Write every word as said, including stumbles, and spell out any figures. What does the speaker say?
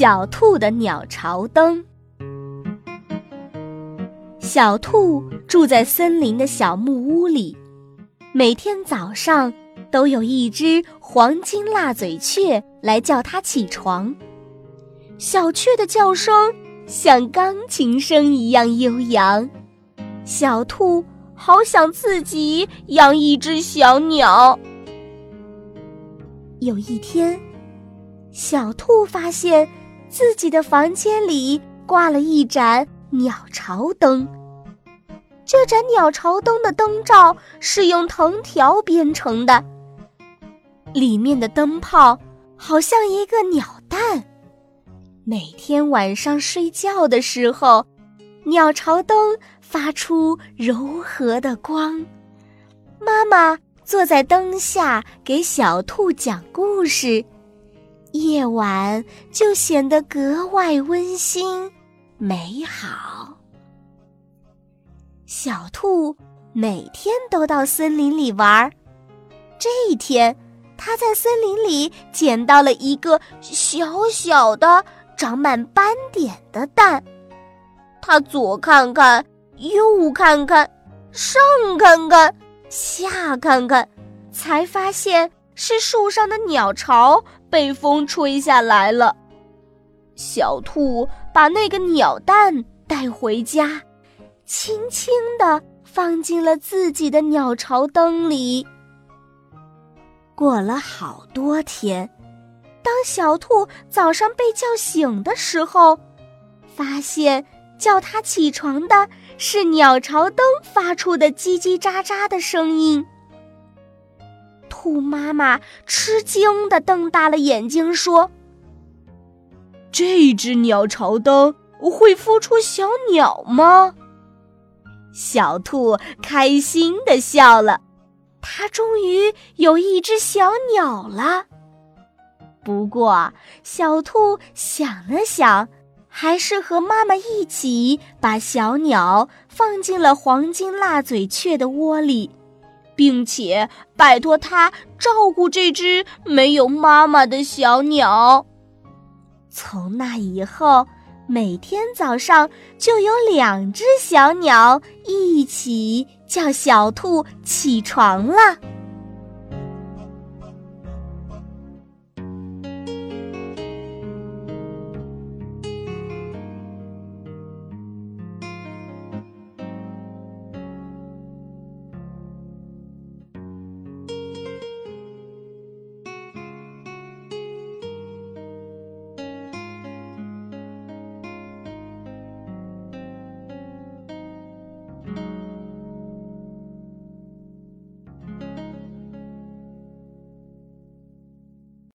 小兔的鸟巢灯。小兔住在森林的小木屋里，每天早上都有一只黄金蜡嘴雀来叫它起床。小雀的叫声像钢琴声一样悠扬，小兔好想自己养一只小鸟。有一天，小兔发现自己的房间里挂了一盏鸟巢灯。这盏鸟巢灯的灯罩是用藤条编成的，里面的灯泡好像一个鸟蛋。每天晚上睡觉的时候，鸟巢灯发出柔和的光。妈妈坐在灯下给小兔讲故事，夜晚就显得格外温馨美好。小兔每天都到森林里玩，这一天，它在森林里捡到了一个小小的、长满斑点的蛋。它左看看，右看看，上看看，下看看，才发现是树上的鸟巢被风吹下来了。小兔把那个鸟蛋带回家，轻轻地放进了自己的鸟巢灯里。过了好多天，当小兔早上被叫醒的时候，发现叫它起床的是鸟巢灯发出的叽叽喳喳的声音。兔妈妈吃惊地瞪大了眼睛说：“这只鸟巢灯会孵出小鸟吗？”小兔开心地笑了，它终于有一只小鸟了。不过，小兔想了想，还是和妈妈一起把小鸟放进了黄金蜡嘴雀的窝里，并且拜托它照顾这只没有妈妈的小鸟。从那以后，每天早上就有两只小鸟一起叫小兔起床了。